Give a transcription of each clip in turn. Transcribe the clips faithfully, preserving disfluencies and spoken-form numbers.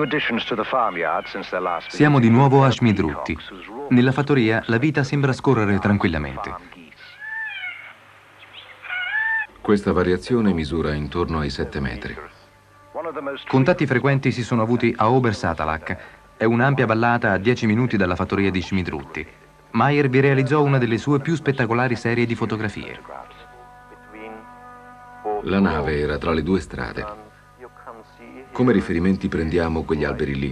Siamo di nuovo a Schmidrutti. Nella fattoria la vita sembra scorrere tranquillamente. Questa variazione misura intorno ai sette metri. Contatti frequenti si sono avuti a Obersatalak. È un'ampia vallata a dieci minuti dalla fattoria di Schmidrutti. Meyer vi realizzò una delle sue più spettacolari serie di fotografie. La nave era tra le due strade. Come riferimenti prendiamo quegli alberi lì.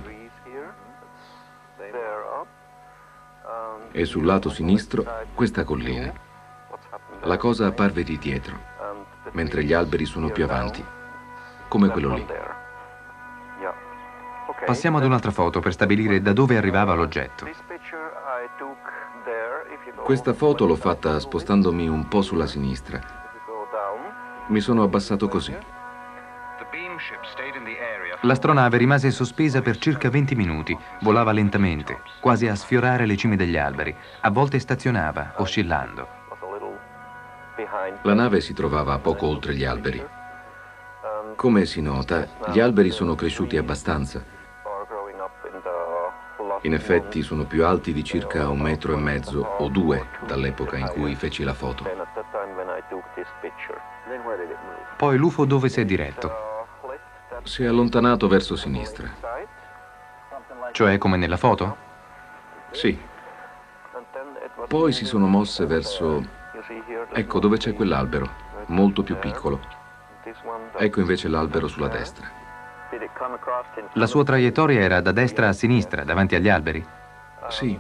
E sul lato sinistro questa collina. La cosa apparve di dietro, mentre gli alberi sono più avanti, come quello lì. Passiamo ad un'altra foto per stabilire da dove arrivava l'oggetto. Questa foto l'ho fatta spostandomi un po' sulla sinistra. Mi sono abbassato così. L'astronave rimase sospesa per circa venti minuti, volava lentamente, quasi a sfiorare le cime degli alberi. A volte stazionava, oscillando. La nave si trovava poco oltre gli alberi. Come si nota, gli alberi sono cresciuti abbastanza. In effetti sono più alti di circa un metro e mezzo o due dall'epoca in cui feci la foto. Poi l'U F O dove si è diretto? Si è allontanato verso sinistra. Cioè come nella foto? Sì. Poi si sono mosse verso... Ecco dove c'è quell'albero, molto più piccolo. Ecco invece l'albero sulla destra. La sua traiettoria era da destra a sinistra, davanti agli alberi? Sì.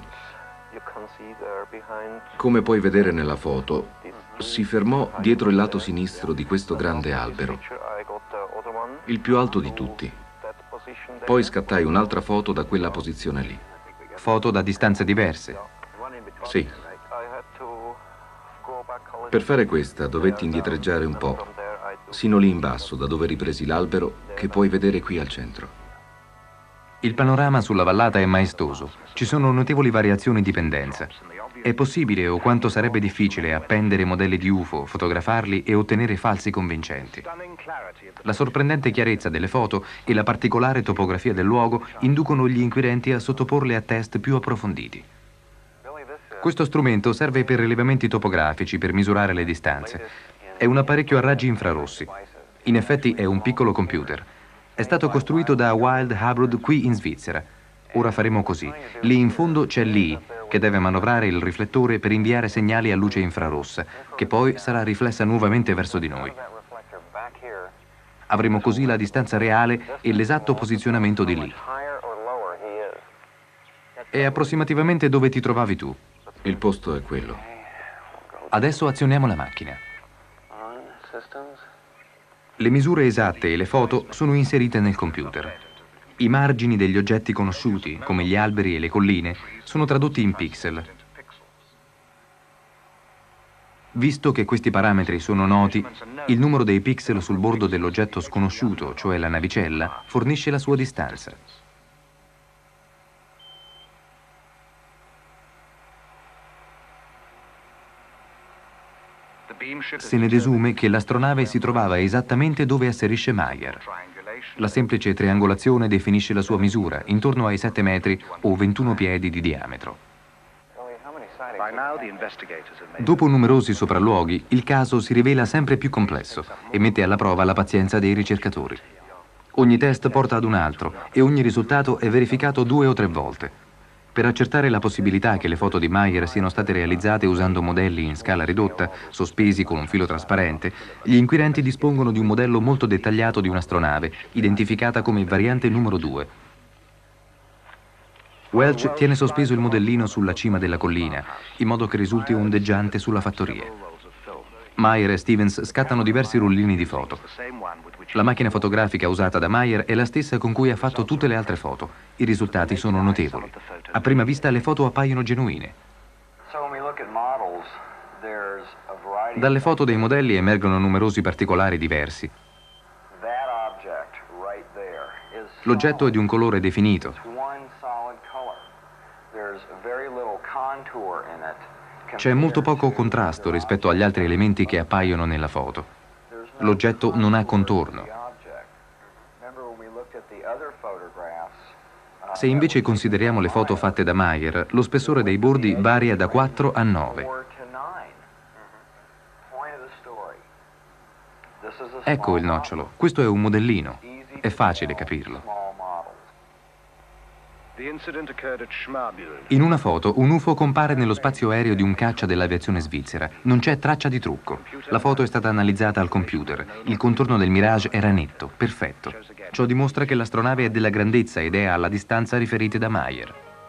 Come puoi vedere nella foto, si fermò dietro il lato sinistro di questo grande albero, il più alto di tutti. Poi scattai un'altra foto da quella posizione lì. Foto da distanze diverse? Sì. Per fare questa dovetti indietreggiare un po', sino lì in basso, da dove ripresi l'albero, che puoi vedere qui al centro. Il panorama sulla vallata è maestoso. Ci sono notevoli variazioni di pendenza. È possibile o quanto sarebbe difficile appendere modelli di U F O, fotografarli e ottenere falsi convincenti. La sorprendente chiarezza delle foto e la particolare topografia del luogo inducono gli inquirenti a sottoporle a test più approfonditi. Questo strumento serve per rilevamenti topografici, per misurare le distanze. È un apparecchio a raggi infrarossi. In effetti è un piccolo computer. È stato costruito da Wild Habrod qui in Svizzera. Ora faremo così. Lì in fondo c'è Lee, che deve manovrare il riflettore per inviare segnali a luce infrarossa, che poi sarà riflessa nuovamente verso di noi. Avremo così la distanza reale e l'esatto posizionamento di Lee. E approssimativamente dove ti trovavi tu? Il posto è quello. Adesso azioniamo la macchina. Le misure esatte e le foto sono inserite nel computer. I margini degli oggetti conosciuti, come gli alberi e le colline, sono tradotti in pixel. Visto che questi parametri sono noti, il numero dei pixel sul bordo dell'oggetto sconosciuto, cioè la navicella, fornisce la sua distanza. Se ne desume che l'astronave si trovava esattamente dove asserisce Meyer. La semplice triangolazione definisce la sua misura, intorno ai sette metri o ventuno piedi di diametro. Dopo numerosi sopralluoghi, il caso si rivela sempre più complesso e mette alla prova la pazienza dei ricercatori. Ogni test porta ad un altro e ogni risultato è verificato due o tre volte. Per accertare la possibilità che le foto di Meyer siano state realizzate usando modelli in scala ridotta, sospesi con un filo trasparente, gli inquirenti dispongono di un modello molto dettagliato di un'astronave, identificata come variante numero due. Welch tiene sospeso il modellino sulla cima della collina, in modo che risulti ondeggiante sulla fattoria. Meyer e Stevens scattano diversi rullini di foto. La macchina fotografica usata da Meyer è la stessa con cui ha fatto tutte le altre foto. I risultati sono notevoli. A prima vista le foto appaiono genuine. Dalle foto dei modelli emergono numerosi particolari diversi. L'oggetto è di un colore definito. C'è molto poco contrasto rispetto agli altri elementi che appaiono nella foto. L'oggetto non ha contorno. Se invece consideriamo le foto fatte da Meyer, lo spessore dei bordi varia da quattro a nove. Ecco il nocciolo. Questo è un modellino. È facile capirlo. In una foto, un U F O compare nello spazio aereo di un caccia dell'aviazione svizzera. Non c'è traccia di trucco. La foto è stata analizzata al computer. Il contorno del Mirage era netto, perfetto. Ciò dimostra che l'astronave è della grandezza ed è alla distanza riferita da Meyer.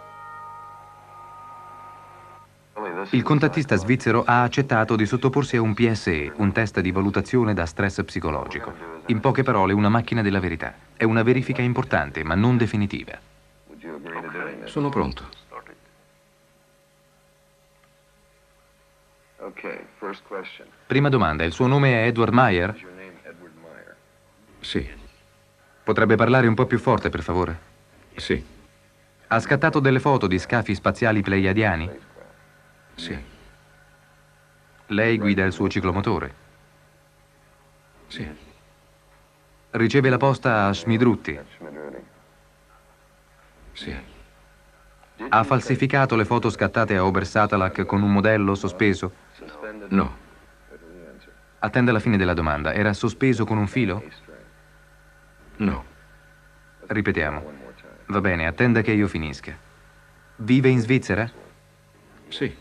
Il contattista svizzero ha accettato di sottoporsi a un P S E, un test di valutazione da stress psicologico. In poche parole, una macchina della verità. È una verifica importante, ma non definitiva. Sono pronto. Prima domanda, il suo nome è Edward Meyer? Sì. Potrebbe parlare un po' più forte, per favore? Sì. Ha scattato delle foto di scafi spaziali pleiadiani? Sì. Lei guida il suo ciclomotore? Sì. Riceve la posta a Schmidrutti? Sì. Ha falsificato le foto scattate a Obersatellach con un modello sospeso? No. Attende la fine della domanda. Era sospeso con un filo? No. Ripetiamo. Va bene, attenda che io finisca. Vive in Svizzera? Sì.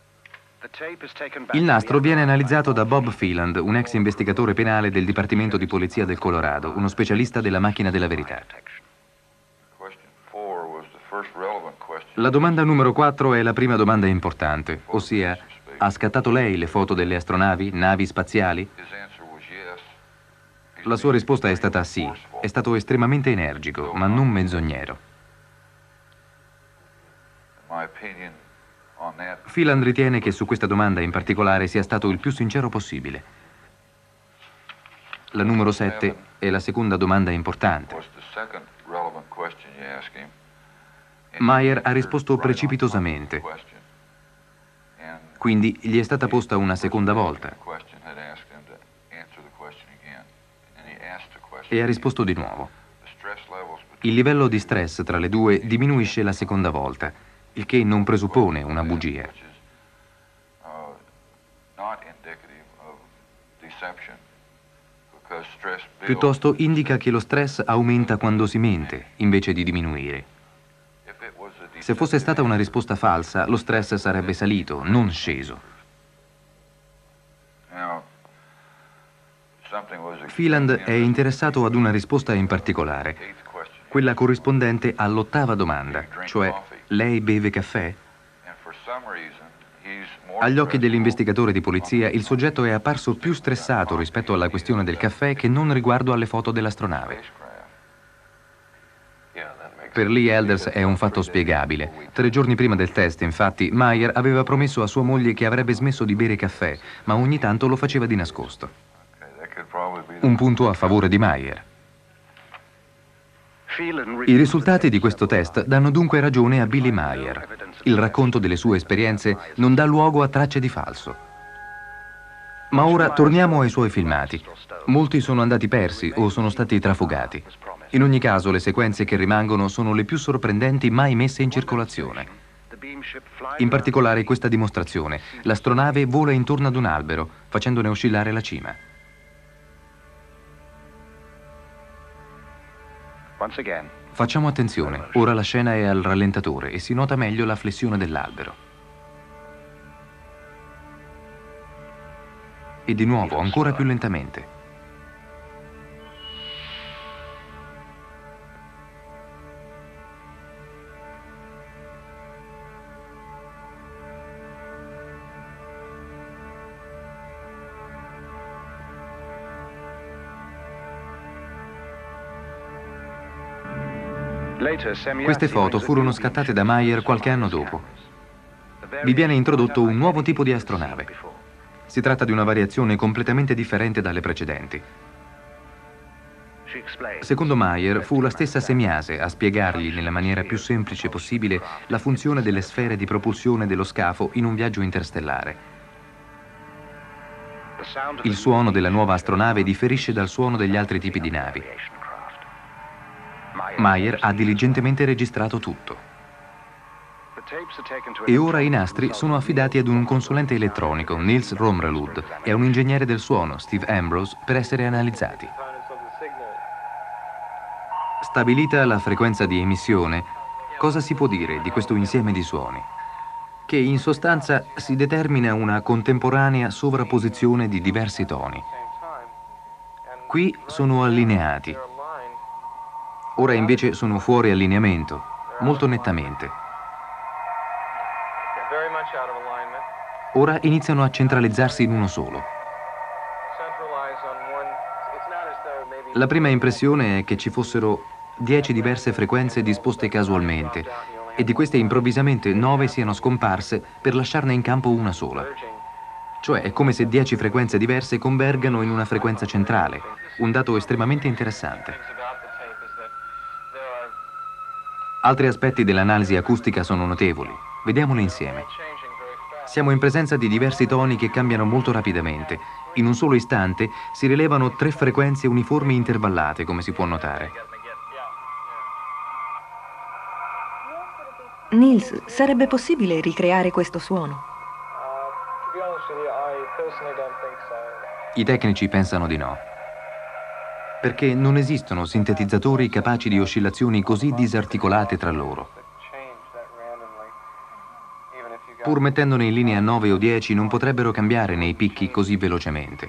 Il nastro viene analizzato da Bob Phelan, un ex investigatore penale del Dipartimento di Polizia del Colorado, uno specialista della macchina della verità. La domanda numero quattro è la prima domanda importante, ossia, ha scattato lei le foto delle astronavi, navi spaziali? La sua risposta è stata sì. È stato estremamente energico, ma non menzognero. Phelan ritiene che su questa domanda in particolare sia stato il più sincero possibile. La numero sette è la seconda domanda importante. Meyer ha risposto precipitosamente, quindi gli è stata posta una seconda volta e ha risposto di nuovo. Il livello di stress tra le due diminuisce la seconda volta, il che non presuppone una bugia. Piuttosto indica che lo stress aumenta quando si mente, invece di diminuire. Se fosse stata una risposta falsa, lo stress sarebbe salito, non sceso. Phelan è interessato ad una risposta in particolare, quella corrispondente all'ottava domanda, cioè lei beve caffè? Agli occhi dell'investigatore di polizia, il soggetto è apparso più stressato rispetto alla questione del caffè che non riguardo alle foto dell'astronave. Per Lee Elders è un fatto spiegabile. Tre giorni prima del test, infatti, Meyer aveva promesso a sua moglie che avrebbe smesso di bere caffè, ma ogni tanto lo faceva di nascosto. Un punto a favore di Meyer. I risultati di questo test danno dunque ragione a Billy Meyer. Il racconto delle sue esperienze non dà luogo a tracce di falso. Ma ora torniamo ai suoi filmati. Molti sono andati persi o sono stati trafugati. In ogni caso, le sequenze che rimangono sono le più sorprendenti mai messe in circolazione. In particolare questa dimostrazione. L'astronave vola intorno ad un albero, facendone oscillare la cima. Facciamo attenzione. Ora la scena è al rallentatore e si nota meglio la flessione dell'albero. E di nuovo, ancora più lentamente. Queste foto furono scattate da Meyer qualche anno dopo. Vi viene introdotto un nuovo tipo di astronave. Si tratta di una variazione completamente differente dalle precedenti. Secondo Meyer, fu la stessa Semiase a spiegargli nella maniera più semplice possibile la funzione delle sfere di propulsione dello scafo in un viaggio interstellare. Il suono della nuova astronave differisce dal suono degli altri tipi di navi. Meyer ha diligentemente registrato tutto. E ora i nastri sono affidati ad un consulente elettronico, Niels Romrelud, e a un ingegnere del suono, Steve Ambrose, per essere analizzati. Stabilita la frequenza di emissione, cosa si può dire di questo insieme di suoni? Che in sostanza si determina una contemporanea sovrapposizione di diversi toni. Qui sono allineati. Ora invece sono fuori allineamento, molto nettamente. Ora iniziano a centralizzarsi in uno solo. La prima impressione è che ci fossero dieci diverse frequenze disposte casualmente e di queste improvvisamente nove siano scomparse per lasciarne in campo una sola. Cioè è come se dieci frequenze diverse convergano in una frequenza centrale, un dato estremamente interessante. Altri aspetti dell'analisi acustica sono notevoli. Vediamoli insieme. Siamo in presenza di diversi toni che cambiano molto rapidamente. In un solo istante si rilevano tre frequenze uniformi intervallate, come si può notare. Niels, sarebbe possibile ricreare questo suono? I tecnici pensano di no, perché non esistono sintetizzatori capaci di oscillazioni così disarticolate tra loro. Pur mettendone in linea nove o dieci non potrebbero cambiare nei picchi così velocemente.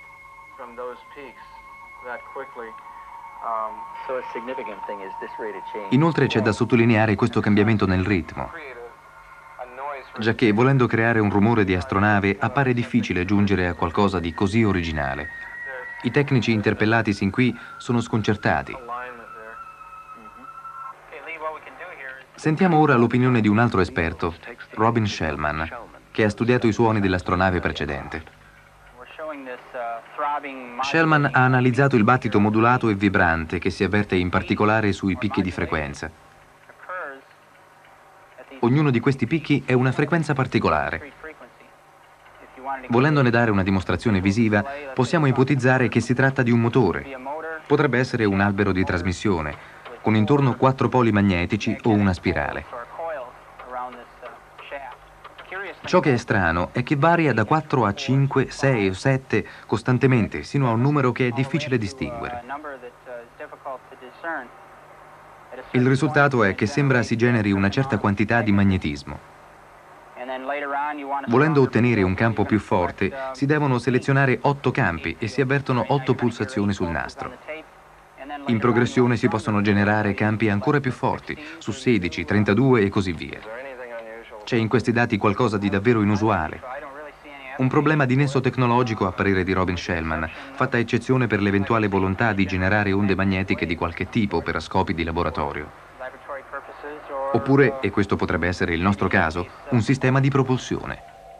Inoltre c'è da sottolineare questo cambiamento nel ritmo, giacché volendo creare un rumore di astronave appare difficile giungere a qualcosa di così originale. I tecnici interpellati sin qui sono sconcertati. Sentiamo ora l'opinione di un altro esperto, Robin Shellman, che ha studiato i suoni dell'astronave precedente. Shellman ha analizzato il battito modulato e vibrante che si avverte in particolare sui picchi di frequenza. Ognuno di questi picchi è una frequenza particolare. Volendone dare una dimostrazione visiva, possiamo ipotizzare che si tratta di un motore. Potrebbe essere un albero di trasmissione, con intorno quattro poli magnetici o una spirale. Ciò che è strano è che varia da quattro a cinque, sei o sette costantemente, sino a un numero che è difficile distinguere. Il risultato è che sembra si generi una certa quantità di magnetismo. Volendo ottenere un campo più forte, si devono selezionare otto campi e si avvertono otto pulsazioni sul nastro. In progressione si possono generare campi ancora più forti, su sedici, trentadue e così via. C'è in questi dati qualcosa di davvero inusuale. Un problema di nesso tecnologico a parere di Robin Shellman, fatta eccezione per l'eventuale volontà di generare onde magnetiche di qualche tipo per scopi di laboratorio. Oppure, e questo potrebbe essere il nostro caso, un sistema di propulsione.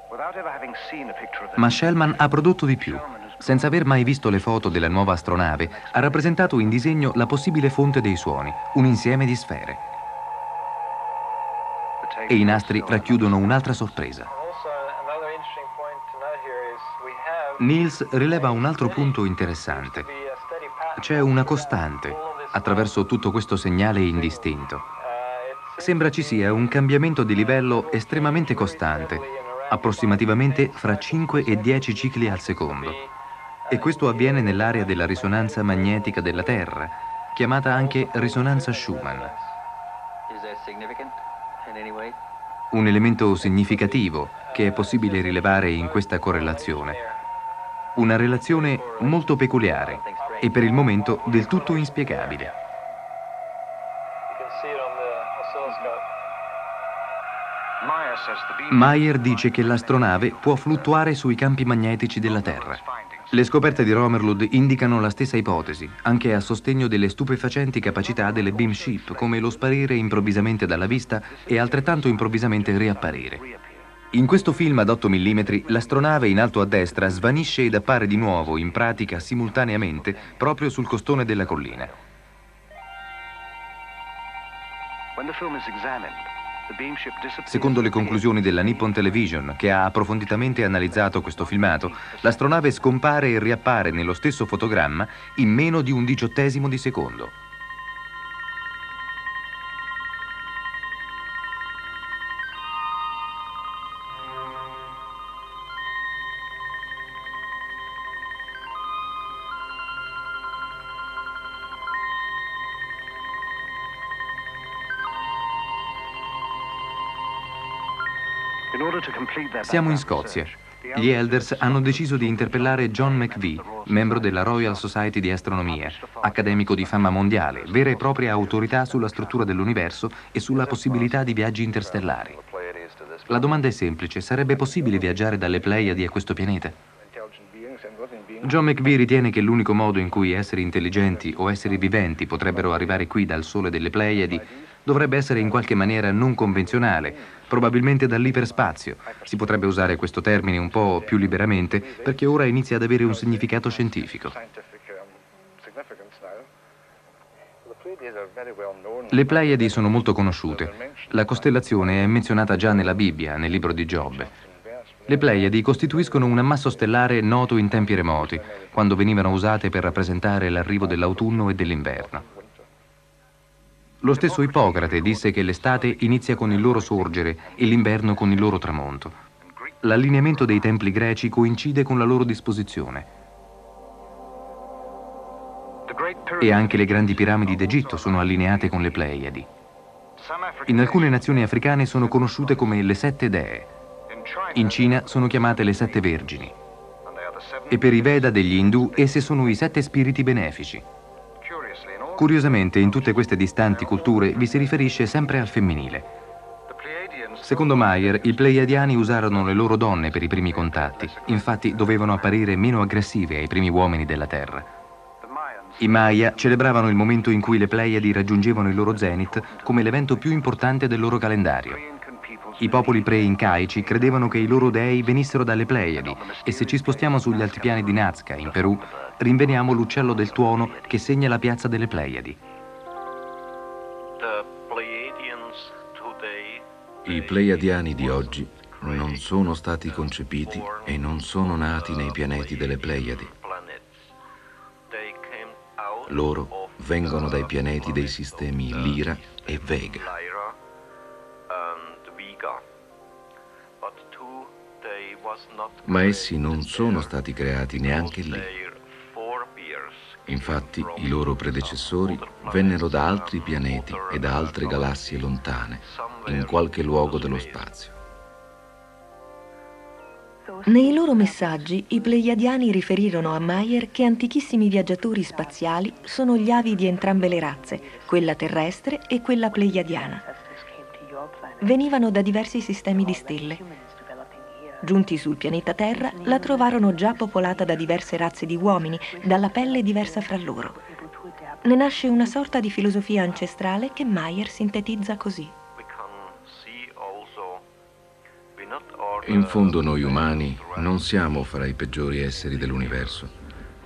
Ma Shellman ha prodotto di più. Senza aver mai visto le foto della nuova astronave, ha rappresentato in disegno la possibile fonte dei suoni, un insieme di sfere. E i nastri racchiudono un'altra sorpresa. Niels rileva un altro punto interessante. C'è una costante attraverso tutto questo segnale indistinto. Sembra ci sia un cambiamento di livello estremamente costante, approssimativamente fra cinque e dieci cicli al secondo. E questo avviene nell'area della risonanza magnetica della Terra, chiamata anche risonanza Schumann. Un elemento significativo che è possibile rilevare in questa correlazione. Una relazione molto peculiare e per il momento del tutto inspiegabile. Meyer dice che l'astronave può fluttuare sui campi magnetici della Terra. Le scoperte di Romrelud indicano la stessa ipotesi, anche a sostegno delle stupefacenti capacità delle beam ship, come lo sparire improvvisamente dalla vista e altrettanto improvvisamente riapparire. In questo film ad otto millimetri, l'astronave in alto a destra svanisce ed appare di nuovo, in pratica simultaneamente, proprio sul costone della collina. Secondo le conclusioni della Nippon Television, che ha approfonditamente analizzato questo filmato, l'astronave scompare e riappare nello stesso fotogramma in meno di un diciottesimo di secondo. Siamo in Scozia. Gli Elders hanno deciso di interpellare John McVie, membro della Royal Society di Astronomia, accademico di fama mondiale, vera e propria autorità sulla struttura dell'universo e sulla possibilità di viaggi interstellari. La domanda è semplice: sarebbe possibile viaggiare dalle Pleiadi a questo pianeta? John McVie ritiene che l'unico modo in cui esseri intelligenti o esseri viventi potrebbero arrivare qui dal Sole delle Pleiadi dovrebbe essere in qualche maniera non convenzionale, probabilmente dall'iperspazio. Si potrebbe usare questo termine un po' più liberamente perché ora inizia ad avere un significato scientifico. Le Pleiadi sono molto conosciute. La costellazione è menzionata già nella Bibbia, nel libro di Giobbe. Le Pleiadi costituiscono un ammasso stellare noto in tempi remoti, quando venivano usate per rappresentare l'arrivo dell'autunno e dell'inverno. Lo stesso Ippocrate disse che l'estate inizia con il loro sorgere e l'inverno con il loro tramonto. L'allineamento dei templi greci coincide con la loro disposizione. E anche le grandi piramidi d'Egitto sono allineate con le Pleiadi. In alcune nazioni africane sono conosciute come le sette dee. In Cina sono chiamate le sette vergini. E per i Veda degli Indù esse sono i sette spiriti benefici. Curiosamente, in tutte queste distanti culture vi si riferisce sempre al femminile. Secondo Meyer, i Pleiadiani usarono le loro donne per i primi contatti, infatti dovevano apparire meno aggressive ai primi uomini della Terra. I Maya celebravano il momento in cui le Pleiadi raggiungevano il loro zenith come l'evento più importante del loro calendario. I popoli pre-incaici credevano che i loro dei venissero dalle Pleiadi e se ci spostiamo sugli altipiani di Nazca, in Perù, rinveniamo l'uccello del tuono che segna la piazza delle Pleiadi. I Pleiadiani di oggi non sono stati concepiti e non sono nati nei pianeti delle Pleiadi. Loro vengono dai pianeti dei sistemi Lyra e Vega. Ma essi non sono stati creati neanche lì. Infatti, i loro predecessori vennero da altri pianeti e da altre galassie lontane, in qualche luogo dello spazio. Nei loro messaggi, i Pleiadiani riferirono a Meyer che antichissimi viaggiatori spaziali sono gli avi di entrambe le razze, quella terrestre e quella pleiadiana. Venivano da diversi sistemi di stelle. Giunti sul pianeta Terra, la trovarono già popolata da diverse razze di uomini, dalla pelle diversa fra loro. Ne nasce una sorta di filosofia ancestrale che Meyer sintetizza così. In fondo noi umani non siamo fra i peggiori esseri dell'universo.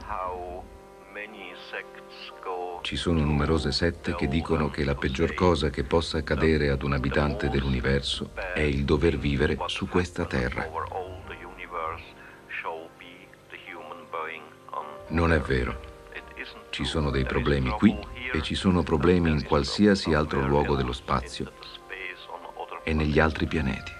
Ci sono numerose sette che dicono che la peggior cosa che possa accadere ad un abitante dell'universo è il dover vivere su questa terra. Non è vero. Ci sono dei problemi qui e ci sono problemi in qualsiasi altro luogo dello spazio e negli altri pianeti.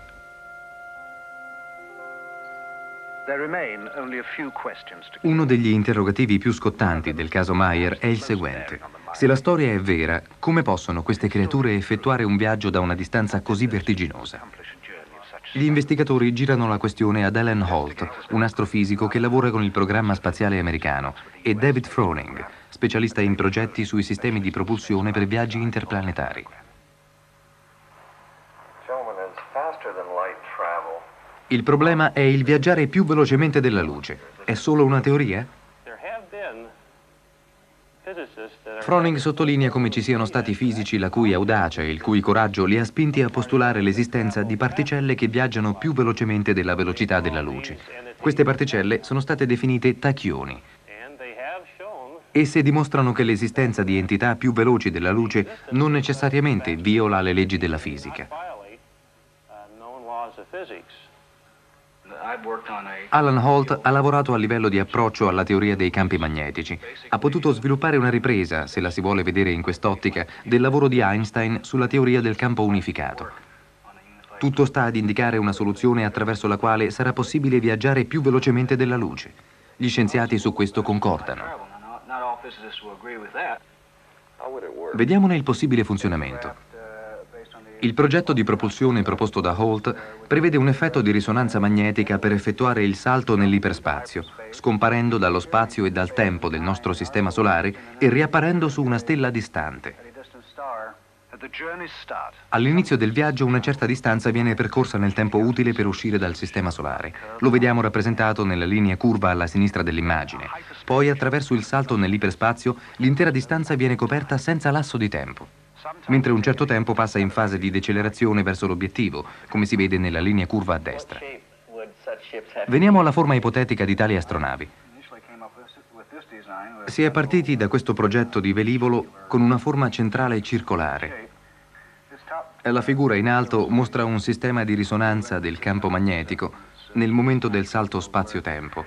Uno degli interrogativi più scottanti del caso Meyer è il seguente. Se la storia è vera, come possono queste creature effettuare un viaggio da una distanza così vertiginosa? Gli investigatori girano la questione ad Alan Holt, un astrofisico che lavora con il programma spaziale americano, e David Froning, specialista in progetti sui sistemi di propulsione per viaggi interplanetari. Il problema è il viaggiare più velocemente della luce. È solo una teoria? Froning sottolinea come ci siano stati fisici la cui audacia e il cui coraggio li ha spinti a postulare l'esistenza di particelle che viaggiano più velocemente della velocità della luce. Queste particelle sono state definite tachioni. Esse dimostrano che l'esistenza di entità più veloci della luce non necessariamente viola le leggi della fisica. Alan Holt ha lavorato a livello di approccio alla teoria dei campi magnetici. Ha potuto sviluppare una ripresa, se la si vuole vedere in quest'ottica, del lavoro di Einstein sulla teoria del campo unificato. Tutto sta ad indicare una soluzione attraverso la quale sarà possibile viaggiare più velocemente della luce. Gli scienziati su questo concordano. Vediamone il possibile funzionamento. Il progetto di propulsione proposto da Holt prevede un effetto di risonanza magnetica per effettuare il salto nell'iperspazio, scomparendo dallo spazio e dal tempo del nostro sistema solare e riapparendo su una stella distante. All'inizio del viaggio una certa distanza viene percorsa nel tempo utile per uscire dal sistema solare. Lo vediamo rappresentato nella linea curva alla sinistra dell'immagine. Poi, attraverso il salto nell'iperspazio, l'intera distanza viene coperta senza lasso di tempo, mentre un certo tempo passa in fase di decelerazione verso l'obiettivo, come si vede nella linea curva a destra. Veniamo alla forma ipotetica di tali astronavi. Si è partiti da questo progetto di velivolo con una forma centrale circolare. La figura in alto mostra un sistema di risonanza del campo magnetico nel momento del salto spazio-tempo.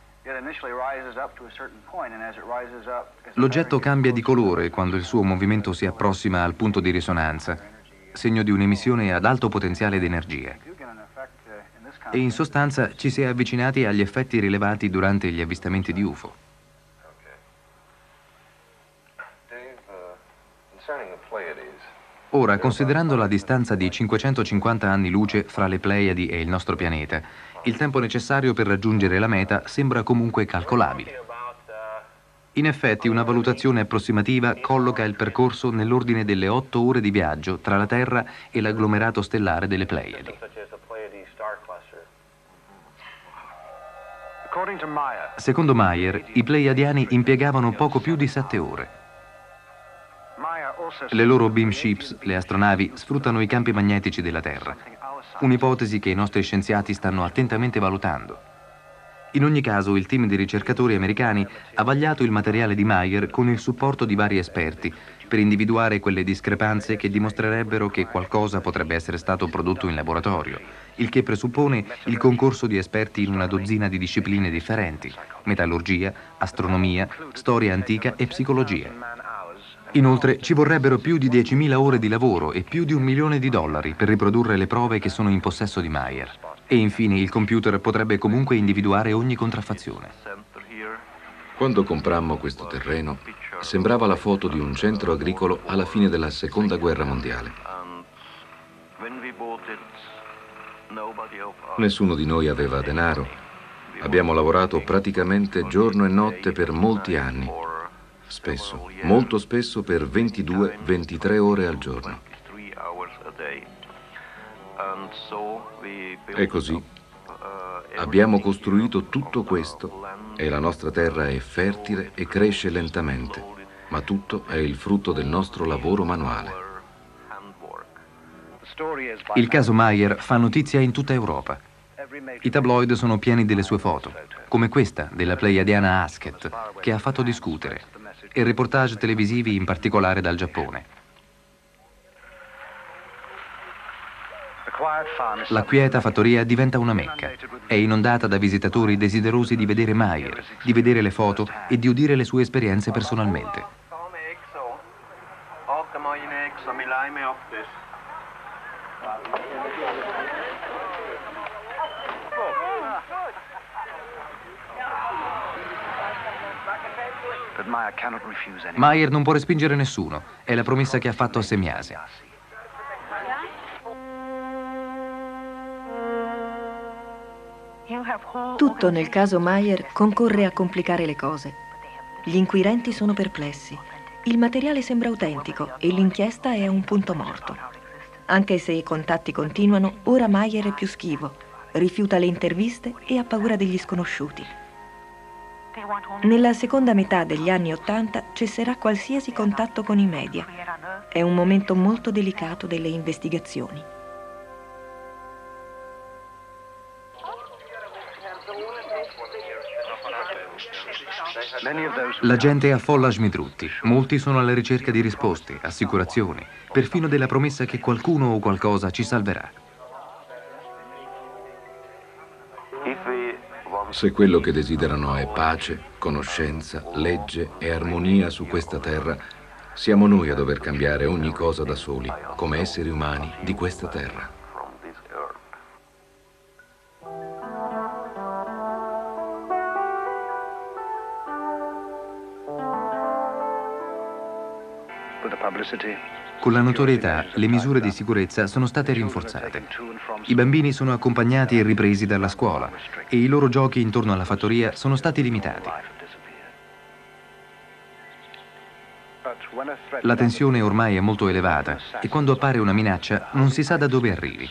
L'oggetto cambia di colore quando il suo movimento si approssima al punto di risonanza, segno di un'emissione ad alto potenziale di energia. E in sostanza ci si è avvicinati agli effetti rilevati durante gli avvistamenti di U F O. Ora, considerando la distanza di cinquecentocinquanta anni luce fra le Pleiadi e il nostro pianeta, il tempo necessario per raggiungere la meta sembra comunque calcolabile. In effetti, una valutazione approssimativa colloca il percorso nell'ordine delle otto ore di viaggio tra la Terra e l'agglomerato stellare delle Pleiadi. Secondo Meyer, i pleiadiani impiegavano poco più di sette ore. Le loro beam ships, le astronavi, sfruttano i campi magnetici della Terra, un'ipotesi che i nostri scienziati stanno attentamente valutando. In ogni caso, il team di ricercatori americani ha vagliato il materiale di Meyer con il supporto di vari esperti per individuare quelle discrepanze che dimostrerebbero che qualcosa potrebbe essere stato prodotto in laboratorio, il che presuppone il concorso di esperti in una dozzina di discipline differenti: metallurgia, astronomia, storia antica e psicologia. Inoltre ci vorrebbero più di diecimila ore di lavoro e più di un milione di dollari per riprodurre le prove che sono in possesso di Meyer. E infine il computer potrebbe comunque individuare ogni contraffazione. Quando comprammo questo terreno, sembrava la foto di un centro agricolo alla fine della Seconda Guerra Mondiale. Nessuno di noi aveva denaro. Abbiamo lavorato praticamente giorno e notte per molti anni. Spesso, molto spesso per ventidue ventitré ore al giorno. E così abbiamo costruito tutto questo e la nostra terra è fertile e cresce lentamente, ma tutto è il frutto del nostro lavoro manuale. Il caso Meyer fa notizia in tutta Europa. I tabloid sono pieni delle sue foto, come questa della pleiadiana Asket, che ha fatto discutere, e reportage televisivi in particolare dal Giappone. La quieta fattoria diventa una mecca. È inondata da visitatori desiderosi di vedere Meyer, di vedere le foto e di udire le sue esperienze personalmente. Meyer non può respingere nessuno, è la promessa che ha fatto a Semjase. Tutto nel caso Meyer concorre a complicare le cose. Gli inquirenti sono perplessi. Il materiale sembra autentico e l'inchiesta è a un punto morto. Anche se i contatti continuano, ora Meyer è più schivo, rifiuta le interviste e ha paura degli sconosciuti. Nella seconda metà degli anni Ottanta cesserà qualsiasi contatto con i media. È un momento molto delicato delle investigazioni. La gente affolla Schmidrutti. Molti sono alla ricerca di risposte, assicurazioni, perfino della promessa che qualcuno o qualcosa ci salverà. Se quello che desiderano è pace, conoscenza, legge e armonia su questa terra, siamo noi a dover cambiare ogni cosa da soli, come esseri umani di questa terra. With the publicity Con la notorietà, le misure di sicurezza sono state rinforzate. I bambini sono accompagnati e ripresi dalla scuola e i loro giochi intorno alla fattoria sono stati limitati. La tensione ormai è molto elevata e quando appare una minaccia non si sa da dove arrivi.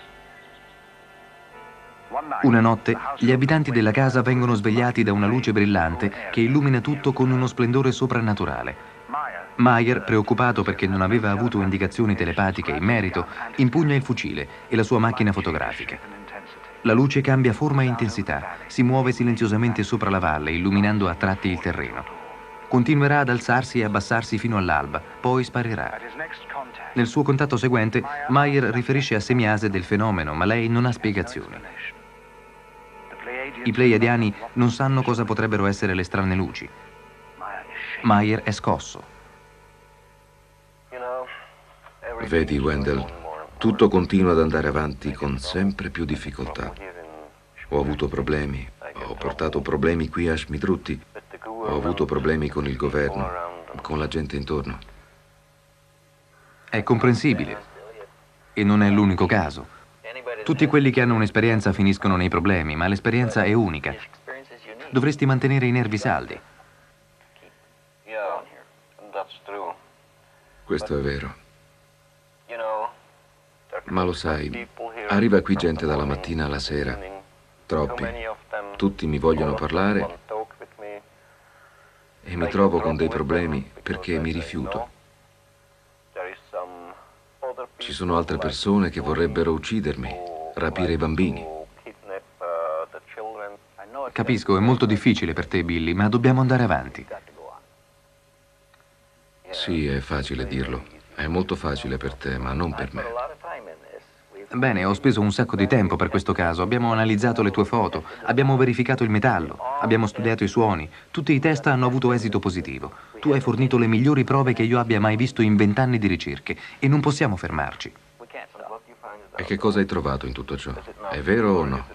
Una notte, gli abitanti della casa vengono svegliati da una luce brillante che illumina tutto con uno splendore soprannaturale. Meyer, preoccupato perché non aveva avuto indicazioni telepatiche in merito, impugna il fucile e la sua macchina fotografica. La luce cambia forma e intensità, si muove silenziosamente sopra la valle, illuminando a tratti il terreno. Continuerà ad alzarsi e abbassarsi fino all'alba, poi sparirà. Nel suo contatto seguente, Meyer riferisce a Semiase del fenomeno, ma lei non ha spiegazioni. I pleiadiani non sanno cosa potrebbero essere le strane luci. Meyer è scosso. Vedi, Wendell, tutto continua ad andare avanti con sempre più difficoltà. Ho avuto problemi, ho portato problemi qui a Schmidrutti, ho avuto problemi con il governo, con la gente intorno. È comprensibile. E non è l'unico caso. Tutti quelli che hanno un'esperienza finiscono nei problemi, ma l'esperienza è unica. Dovresti mantenere i nervi saldi. Questo è vero. Ma lo sai, arriva qui gente dalla mattina alla sera, troppi, tutti mi vogliono parlare e mi trovo con dei problemi perché mi rifiuto. Ci sono altre persone che vorrebbero uccidermi, rapire i bambini. Capisco, è molto difficile per te, Billy, ma dobbiamo andare avanti. Sì, è facile dirlo. È molto facile per te, ma non per me. Bene, ho speso un sacco di tempo per questo caso. Abbiamo analizzato le tue foto, abbiamo verificato il metallo, abbiamo studiato i suoni. Tutti i test hanno avuto esito positivo. Tu hai fornito le migliori prove che io abbia mai visto in vent'anni di ricerche e non possiamo fermarci. E che cosa hai trovato in tutto ciò? È vero o no?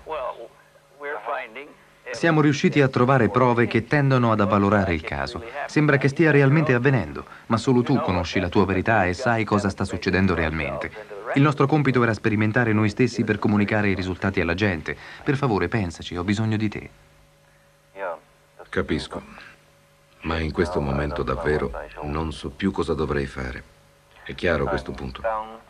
Siamo riusciti a trovare prove che tendono ad avvalorare il caso. Sembra che stia realmente avvenendo, ma solo tu conosci la tua verità e sai cosa sta succedendo realmente. Il nostro compito era sperimentare noi stessi per comunicare i risultati alla gente. Per favore, pensaci, ho bisogno di te. Capisco. Ma in questo momento davvero non so più cosa dovrei fare. È chiaro questo punto.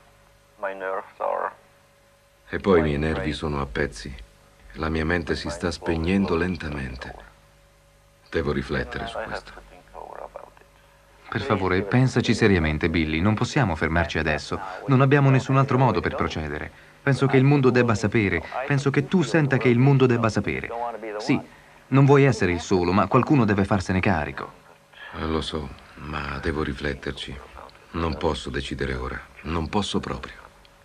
E poi i miei nervi sono a pezzi. La mia mente si sta spegnendo lentamente. Devo riflettere su questo. Per favore, pensaci seriamente, Billy. Non possiamo fermarci adesso. Non abbiamo nessun altro modo per procedere. Penso che il mondo debba sapere. Penso che tu senta che il mondo debba sapere. Sì, non vuoi essere il solo, ma qualcuno deve farsene carico. Lo so, ma devo rifletterci. Non posso decidere ora. Non posso proprio.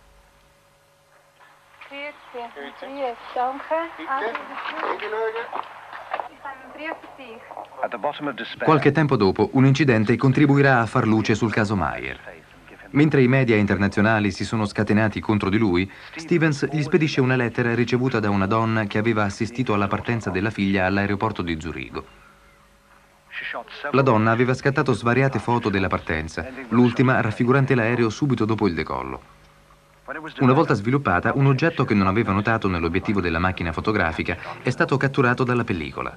Qualche tempo dopo, un incidente contribuirà a far luce sul caso Meyer. Mentre i media internazionali si sono scatenati contro di lui, Stevens gli spedisce una lettera ricevuta da una donna che aveva assistito alla partenza della figlia all'aeroporto di Zurigo. La donna aveva scattato svariate foto della partenza, l'ultima raffigurante l'aereo subito dopo il decollo. Una volta sviluppata, un oggetto che non aveva notato nell'obiettivo della macchina fotografica è stato catturato dalla pellicola.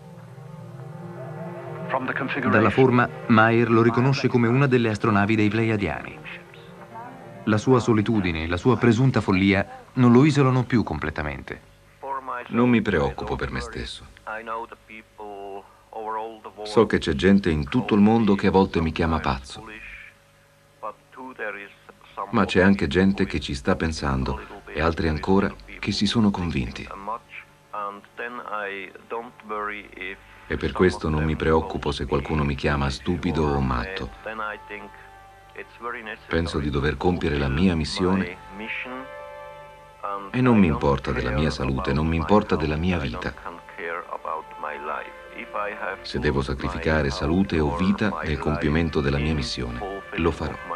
Dalla forma, Meyer lo riconosce come una delle astronavi dei Pleiadiani. La sua solitudine, la sua presunta follia non lo isolano più completamente. Non mi preoccupo per me stesso. So che c'è gente in tutto il mondo che a volte mi chiama pazzo. Ma c'è anche gente che ci sta pensando e altri ancora che si sono convinti. E per questo non mi preoccupo se qualcuno mi chiama stupido o matto. Penso di dover compiere la mia missione e non mi importa della mia salute, non mi importa della mia vita. Se devo sacrificare salute o vita nel compimento della mia missione, lo farò.